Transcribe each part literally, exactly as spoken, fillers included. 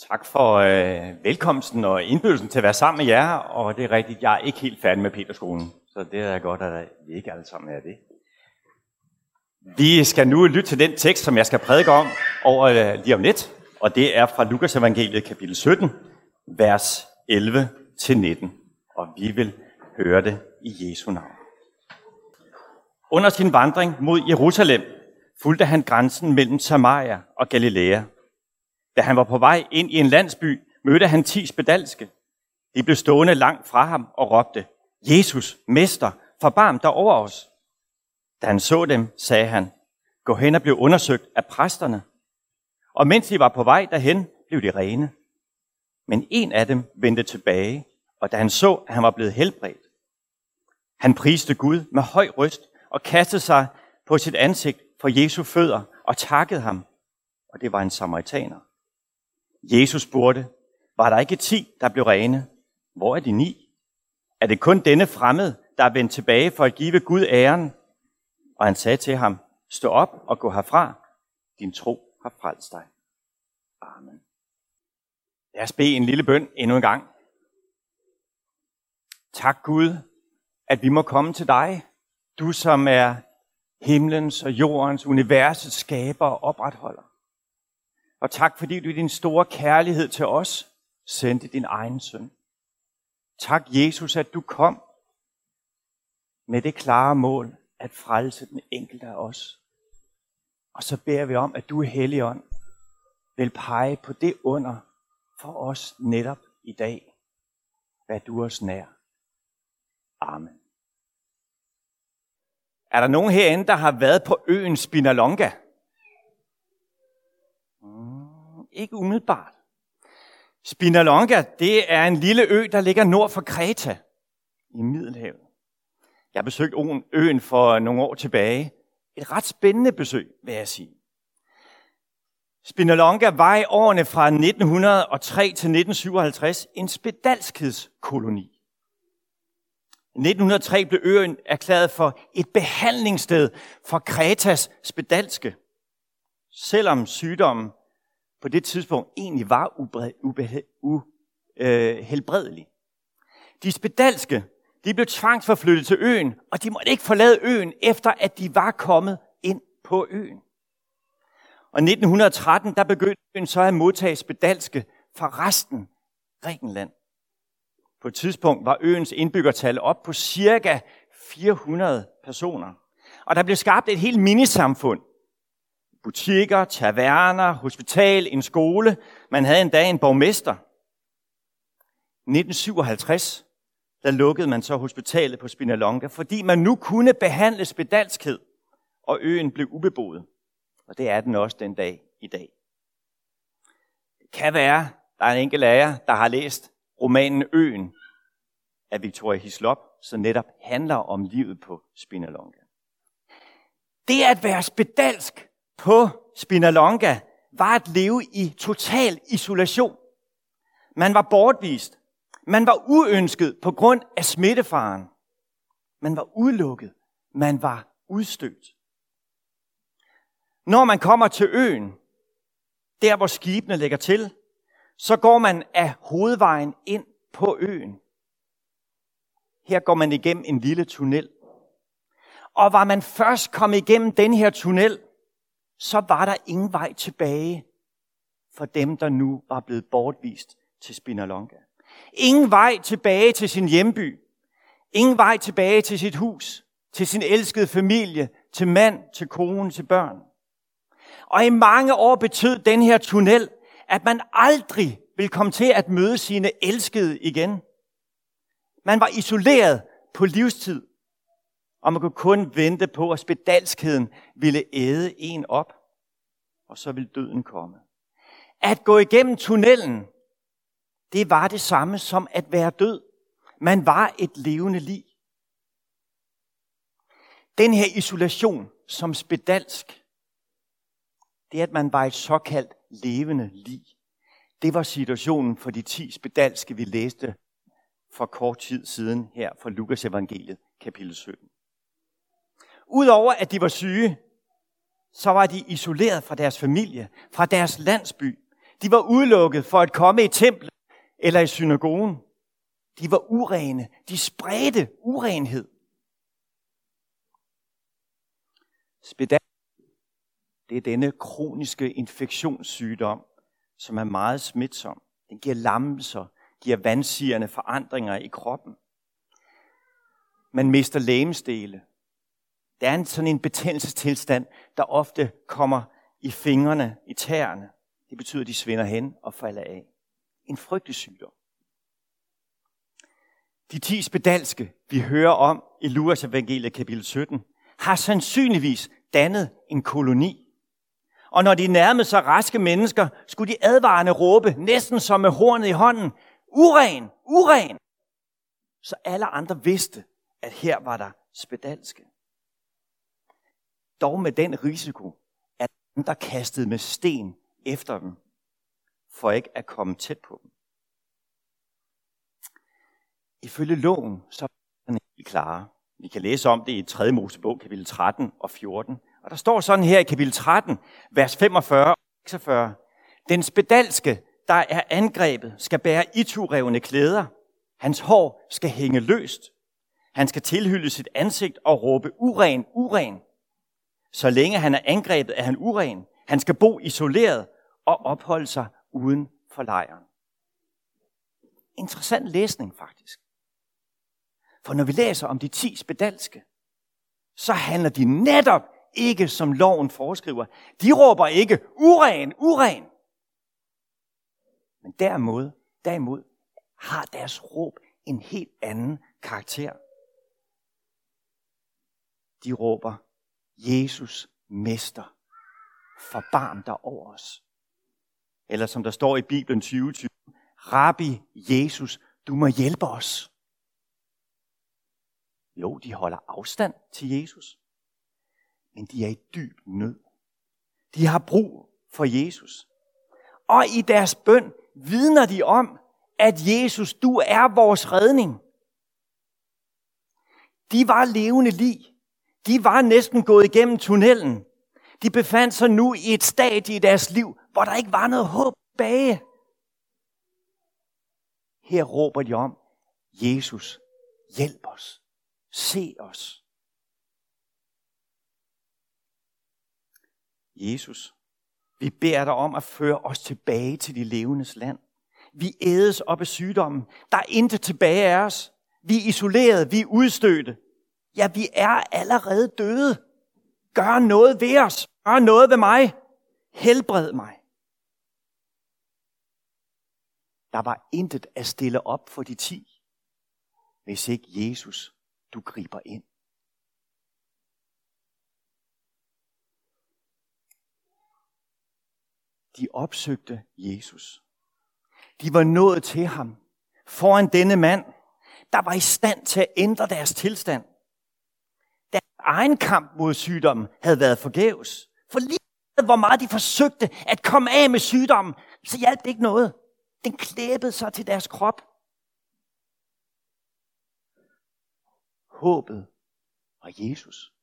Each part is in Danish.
Tak for øh, velkomsten og indbydelsen til at være sammen med jer, og det er rigtigt, jeg er ikke helt færdig med Peterskolen, så det er godt, at vi ikke alle sammen er det. Vi skal nu lytte til den tekst, som jeg skal prædike om over øh, lige om lidt, og det er fra Lukas evangeliet kapitel sytten, vers elleve til nitten, og vi vil høre det i Jesu navn. Under sin vandring mod Jerusalem fulgte han grænsen mellem Samaria og Galilea. Da han var på vej ind i en landsby, mødte han ti spedalske. De blev stående langt fra ham og råbte, Jesus, mester, forbarm dig over os. Da han så dem, sagde han, gå hen og bliv undersøgt af præsterne. Og mens de var på vej derhen, blev de rene. Men en af dem vendte tilbage, og da han så, at han var blevet helbredt, han priste Gud med høj røst og kastede sig på sit ansigt for Jesu fødder og takkede ham. Og det var en samaritaner. Jesus spurgte, var der ikke ti, der blev rene? Hvor er de ni? Er det kun denne fremmede, der er vendt tilbage for at give Gud æren? Og han sagde til ham, stå op og gå herfra. Din tro har frelst dig. Amen. Lad os bede en lille bøn endnu en gang. Tak Gud, at vi må komme til dig. Du som er himlens og jordens, universets skaber og opretholder. Og tak fordi du i din store kærlighed til os sendte din egen søn. Tak Jesus, at du kom med det klare mål at frelse den enkelte af os. Og så beder vi om, at du, Helligånd, vil pege på det under for os netop i dag. Vær du os nær. Amen. Er der nogen herinde, der har været på øen Spinalonga? Mm, ikke umiddelbart. Spinalonga, det er en lille ø, der ligger nord for Kreta i Middelhavet. Jeg besøgte øen for nogle år tilbage. Et ret spændende besøg, vil jeg sige. Spinalonga var i årene fra nitten hundrede og tre til nitten syvoghalvtreds en spedalskedskoloni. I nitten hundrede og tre blev øen erklæret for et behandlingssted for Kretas spedalske, selvom sygdommen på det tidspunkt egentlig var uhelbredelig. De spedalske, de blev tvangsforflyttet til øen, og de måtte ikke forlade øen, efter at de var kommet ind på øen. Og i nitten hundrede og tretten, der begyndte øen så at modtage spedalske fra resten af Grækenland. På et tidspunkt var øens indbyggertal op på cirka fire hundrede personer. Og der blev skabt et helt minisamfund. Butikker, taverner, hospital, en skole. Man havde endda en borgmester. I nitten syvoghalvtreds, der lukkede man så hospitalet på Spinalonga, fordi man nu kunne behandle spedalskhed, og øen blev ubeboet. Og det er den også den dag i dag. Det kan være, der er en enkelt af jer, der har læst romanen Øen af Victoria Hislop, som netop handler om livet på Spinalonga. Det at være spedalsk på Spinalonga var at leve i total isolation. Man var bortvist. Man var uønsket på grund af smittefaren. Man var udelukket. Man var udstødt. Når man kommer til øen, der hvor skibene lægger til, så går man af hovedvejen ind på øen. Her går man igennem en lille tunnel. Og var man først kommet igennem den her tunnel, så var der ingen vej tilbage for dem, der nu var blevet bortvist til Spinalonga. Ingen vej tilbage til sin hjemby. Ingen vej tilbage til sit hus, til sin elskede familie, til mand, til kone, til børn. Og i mange år betød den her tunnel, at man aldrig ville komme til at møde sine elskede igen. Man var isoleret på livstid, og man kunne kun vente på, at spedalskheden ville æde en op, og så ville døden komme. At gå igennem tunnelen, det var det samme som at være død. Man var et levende lig. Den her isolation som spedalsk, det at man var et såkaldt levende lig, det var situationen for de ti spedalske, vi læste for kort tid siden her fra Lukas evangeliet, kapitel sytten. Udover at de var syge, så var de isoleret fra deres familie, fra deres landsby. De var udelukket for at komme i templet eller i synagogen. De var urene. De spredte urenhed. Spedalskhed, det er denne kroniske infektionssygdom, som er meget smitsom. Den giver lammelser, giver vandsirende forandringer i kroppen. Man mister legemsdele. Det er en sådan en betændelsestilstand, der ofte kommer i fingrene, i tæerne. Det betyder, at de svinder hen og falder af. En frygtelig sygdom. De ti spedalske, vi hører om i Lukas evangeliet kapitel sytten, har sandsynligvis dannet en koloni. Og når de nærmede sig raske mennesker, skulle de advarende råbe, næsten som med hornet i hånden, uren, uren. Så alle andre vidste, at her var der spedalske. Dog med den risiko, at andre kastede med sten efter dem, for ikke at komme tæt på dem. Ifølge loven, så er den helt klare. Vi kan læse om det i tredje Mosebog, kapitel tretten og fjorten. Og der står sådan her i kapitel tretten, vers femogfyrre og seksogfyrre. Den spedalske, der er angrebet, skal bære iturevne klæder. Hans hår skal hænge løst. Han skal tilhylde sit ansigt og råbe uren, uren. Så længe han er angrebet, er han uren. Han skal bo isoleret og opholde sig uden for lejren. Interessant læsning faktisk. For når vi læser om de ti spedalske, så handler de netop ikke som loven foreskriver. De råber ikke uren, uren. Men derimod, derimod har deres råb en helt anden karakter. De råber, Jesus, Mester, forbarm dig over os. Eller som der står i Bibelen tyve tyve, Rabbi Jesus, du må hjælpe os. Jo, de holder afstand til Jesus, men de er i dyb nød. De har brug for Jesus. Og i deres bøn vidner de om, at Jesus, du er vores redning. De var levende lig. De var næsten gået igennem tunnelen. De befandt sig nu i et stadie i deres liv, hvor der ikke var noget håb tilbage. Her råber de om, Jesus, hjælp os. Se os. Jesus, vi beder dig om at føre os tilbage til de levendes land. Vi ædes op af sygdommen. Der er intet tilbage af os. Vi er isoleret, vi er udstødte. Ja, vi er allerede døde. Gør noget ved os. Gør noget ved mig. Helbred mig. Der var intet at stille op for de ti, hvis ikke Jesus, du griber ind. De opsøgte Jesus. De var nået til ham foran denne mand, der var i stand til at ændre deres tilstand. Deres egen kamp mod sygdommen havde været forgæves. For lige hvor meget de forsøgte at komme af med sygdommen, så hjalp det ikke noget. Den klæbede sig til deres krop. Håbet og Jesus.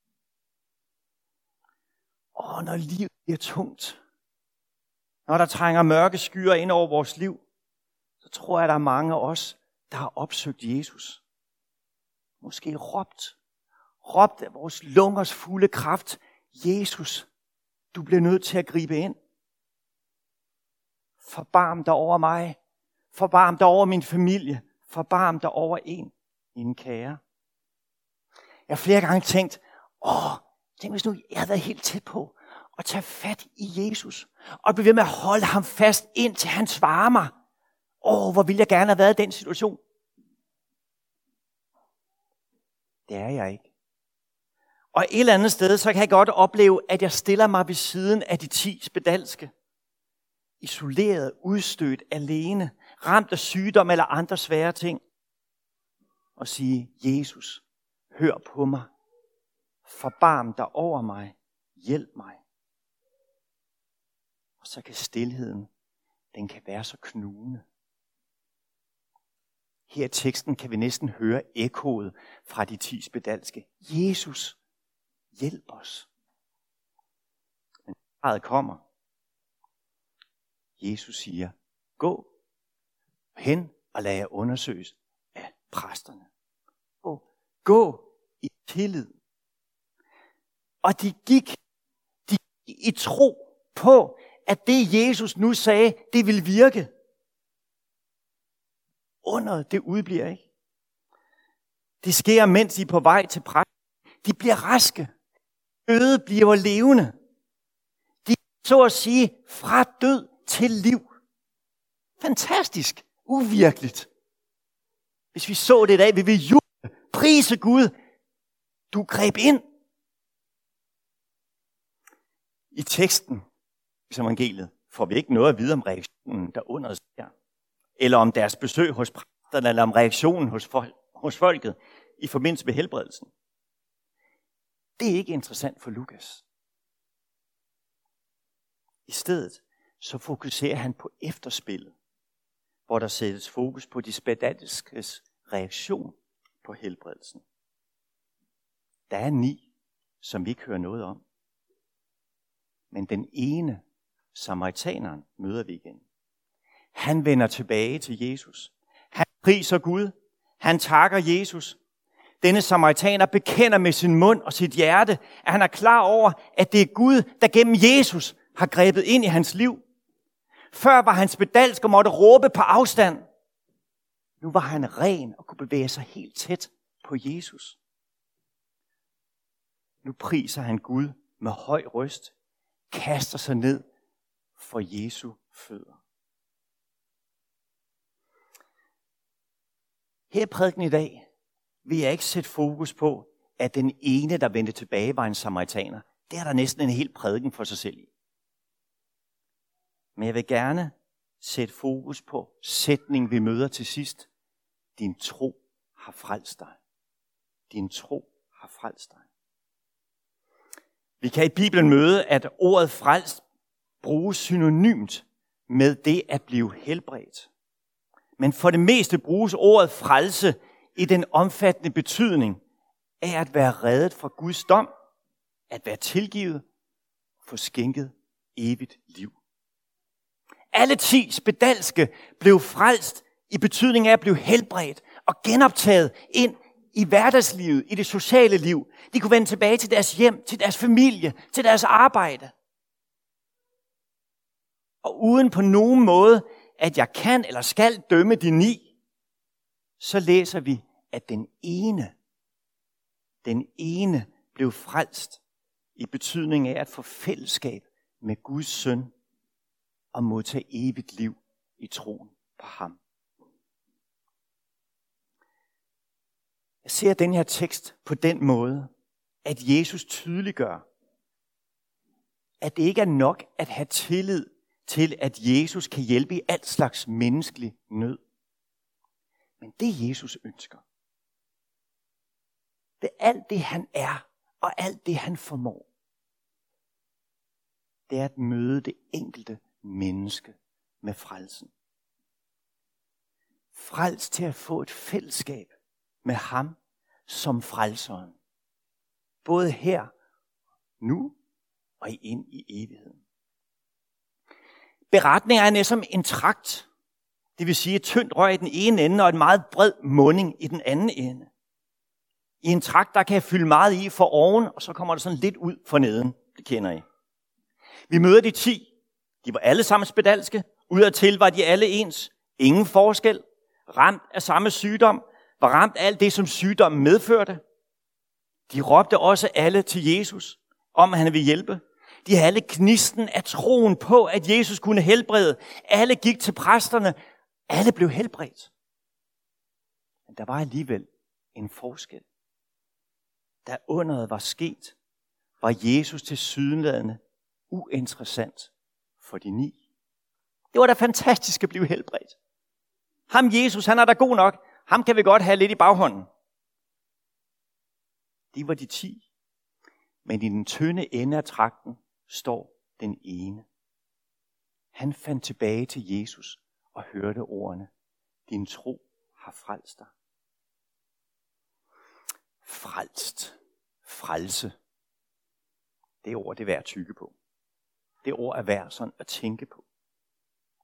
Og når livet bliver tungt, når der trænger mørke skyer ind over vores liv, så tror jeg, der er mange af os, der har opsøgt Jesus. Måske råbt, råbt af vores lungers fulde kraft, Jesus, du bliver nødt til at gribe ind. Forbarm dig over mig. Forbarm dig over min familie. Forbarm dig over en, mine kære. Jeg har flere gange tænkt, åh, tænk hvis nu jeg havde været helt tæt på at tage fat i Jesus og blive ved med at holde ham fast, indtil han svarer mig. Åh, hvor ville jeg gerne have været i den situation. Det er jeg ikke. Og et eller andet sted, så kan jeg godt opleve, at jeg stiller mig ved siden af de ti spedalske. Isoleret, udstødt, alene, ramt af sygdom eller andre svære ting. Og sige, Jesus, hør på mig. Forbarm dig over mig. Hjælp mig. Og så kan stilheden, den kan være så knugende. Her i teksten kan vi næsten høre ekkoet fra de ti spedalske. Jesus, hjælp os. Men svaret kommer. Jesus siger, gå hen og lad jer undersøges af præsterne. Gå, gå i tillid. Og de gik, de gik i tro på, at det Jesus nu sagde, det ville virke. Underet, det udbliver ikke. Det sker, mens de er på vej til præsten. De bliver raske. Døde bliver levende. De så at sige fra død til liv. Fantastisk. Uvirkeligt. Hvis vi så det i dag, ville vi juble, prise Gud. Du greb ind. I teksten, i evangeliet, får vi ikke noget at vide om reaktionen, der under os her. Eller om deres besøg hos præsterne, eller om reaktionen hos, folk, hos folket i forbindelse med helbredelsen. Det er ikke interessant for Lukas. I stedet så fokuserer han på efterspillet, hvor der sættes fokus på de spedalskes reaktion på helbredelsen. Der er ni, som vi ikke hører noget om. Men den ene, samaritaneren, møder vi igen. Han vender tilbage til Jesus. Han priser Gud. Han takker Jesus. Denne samaritaner bekender med sin mund og sit hjerte, at han er klar over, at det er Gud, der gennem Jesus har grebet ind i hans liv. Før var han spedalsk og måtte råbe på afstand. Nu var han ren og kunne bevæge sig helt tæt på Jesus. Nu priser han Gud med høj røst, kaster sig ned for Jesu fødder. Her i prædiken i dag vil jeg ikke sætte fokus på, at den ene, der vendte tilbage, var en samaritaner. Det er der næsten en hel prædiken for sig selv i. Men jeg vil gerne sætte fokus på sætningen, vi møder til sidst. Din tro har frelst dig. Din tro har frelst dig. Vi kan i Bibelen møde, at ordet frelst bruges synonymt med det at blive helbredt. Men for det meste bruges ordet frelse i den omfattende betydning af at være reddet fra Guds dom, at være tilgivet og få skænket evigt liv. Alle ti spedalske blev frelst i betydning af at blive helbredt og genoptaget ind i hverdagslivet, i det sociale liv. De kunne vende tilbage til deres hjem, til deres familie, til deres arbejde. Og uden på nogen måde, at jeg kan eller skal dømme de ni, så læser vi, at den ene, den ene blev frelst i betydning af at få fællesskab med Guds søn og modtage evigt liv i troen på ham. Jeg ser den her tekst på den måde, at Jesus tydeliggør, at det ikke er nok at have tillid til, at Jesus kan hjælpe i alt slags menneskelig nød. Men det Jesus ønsker, det er alt det han er, og alt det han formår. Det er at møde det enkelte menneske med frelsen. Frels til at få et fællesskab med ham som frelseren. Både her, nu og ind i evigheden. Beretninger er næsten en tragt. Det vil sige et tyndt rør i den ene ende og en meget bred munding i den anden ende. I en tragt, der kan jeg fylde meget i for oven, og så kommer der sådan lidt ud for neden. Det kender I. Vi møder de ti. De var alle sammen spedalske. Udadtil var de alle ens. Ingen forskel. Ramt af samme sygdom. Var ramt af alt det, som sygdommen medførte. De råbte også alle til Jesus, om at han ville hjælpe. De havde alle gnisten af troen på, at Jesus kunne helbrede. Alle gik til præsterne. Alle blev helbredt. Men der var alligevel en forskel. Da underet var sket, var Jesus tilsyneladende uinteressant for de ni. Det var da fantastisk at blive helbredt. Ham Jesus, han er da god nok. Ham kan vi godt have lidt i baghånden. De var de ti. Men i den tynde ende af tragten står den ene. Han fandt tilbage til Jesus og hørte ordene. Din tro har frelst dig. Frelst. Frelse. Det ord det er værd at tygge på. Det ord er værd sådan at tænke på.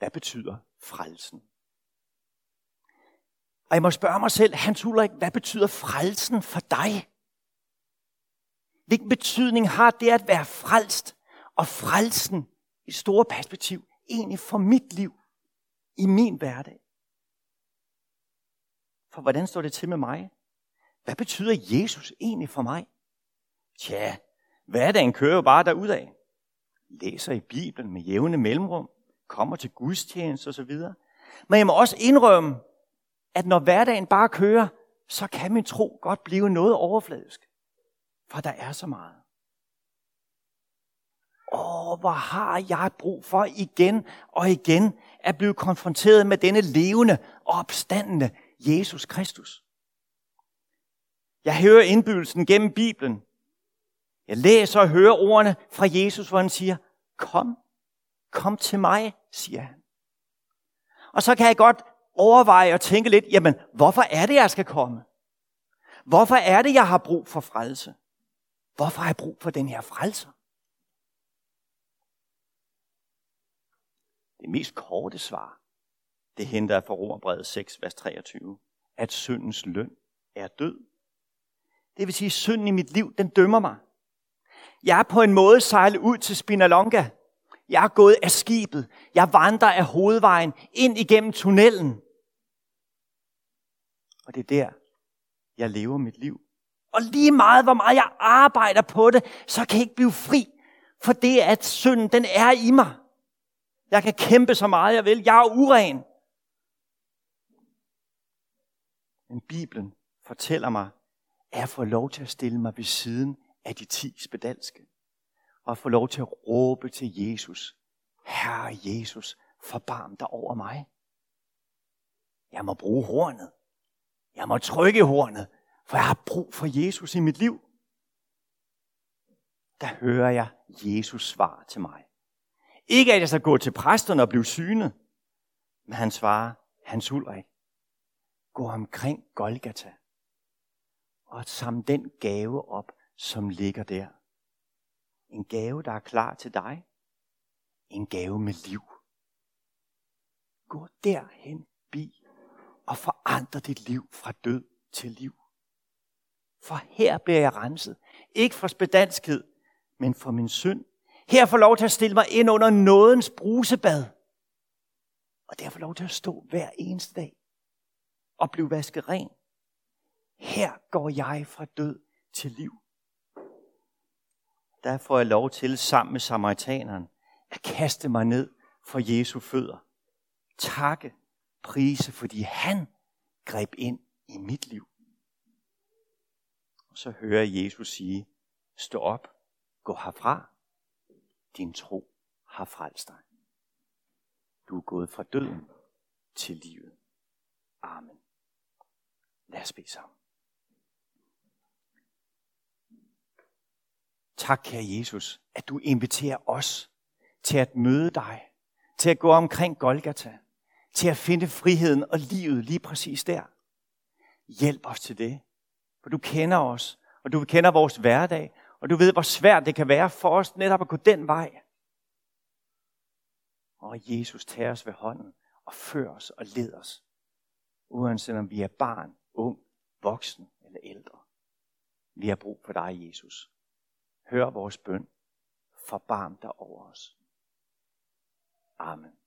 hvad betyder frelsen? Og jeg må spørge mig selv, Hans Ulrik, hvad betyder frelsen for dig? Hvilken betydning har det at være frelst og frelsen i store perspektiv egentlig for mit liv, i min hverdag? For hvordan står det til med mig? Hvad betyder Jesus egentlig for mig? Tja, hverdagen kører jo bare derudad. Læser i Bibelen med jævne mellemrum, kommer til gudstjeneste osv. Men jeg må også indrømme, at når hverdagen bare kører, så kan min tro godt blive noget overfladisk. For der er så meget. Åh, hvor har jeg brug for igen og igen at blive konfronteret med denne levende og opstandende Jesus Kristus. Jeg hører indbydelsen gennem Bibelen. Jeg læser og hører ordene fra Jesus, hvor han siger, kom, kom til mig, siger han. Og så kan jeg godt overveje og tænke lidt, jamen, hvorfor er det, jeg skal komme? Hvorfor er det, jeg har brug for frelse? Hvorfor har jeg brug for den her frelser? Det mest korte svar, det henter jeg fra Romerbrevet seks, vers treogtyve, at syndens løn er død. Det vil sige, at synden i mit liv, den dømmer mig. Jeg er på en måde sejlet ud til Spinalonga. Jeg er gået af skibet. Jeg vandrer af hovedvejen ind igennem tunnelen. Og det er der, jeg lever mit liv. Og lige meget, hvor meget jeg arbejder på det, så kan jeg ikke blive fri. For det, at synden, den er i mig. Jeg kan kæmpe så meget, jeg vil. Jeg er uren. Men Bibelen fortæller mig, at jeg får lov til at stille mig ved siden af de ti spedalske. Og få lov til at råbe til Jesus. Herre Jesus, forbarm dig over mig. Jeg må bruge hornet. Jeg må trykke hornet, for jeg har brug for Jesus i mit liv. Der hører jeg Jesus svar til mig. Ikke at jeg skal gå til præsterne og blive synet, men han svarer, Hans Ulrik, gå omkring Golgata og samle den gave op, som ligger der. En gave, der er klar til dig. En gave med liv. Gå derhen bi og forandre dit liv fra død til liv. For her bliver jeg renset. Ikke for spedalskhed, men for min synd. Her får jeg lov til at stille mig ind under nådens brusebad. Og der får jeg lov til at stå hver eneste dag og blive vasket ren. Her går jeg fra død til liv. Der får jeg lov til sammen med samaritaneren at kaste mig ned for Jesu fødder. Takke, prise, fordi han greb ind i mit liv. Og så hører jeg Jesus sige, stå op, gå herfra. Din tro har frelst dig. Du er gået fra døden til livet. Amen. Lad os bede sammen. Tak, kære Jesus, at du inviterer os til at møde dig, til at gå omkring Golgata, til at finde friheden og livet lige præcis der. Hjælp os til det, for du kender os, og du kender vores hverdag, og du ved, hvor svært det kan være for os netop at gå den vej. Og Jesus, tager os ved hånden og fører os og leder os, uanset om vi er barn, ung, voksen eller ældre. Vi har brug for dig, Jesus. Hør vores bøn. Forbarm dig over os. Amen.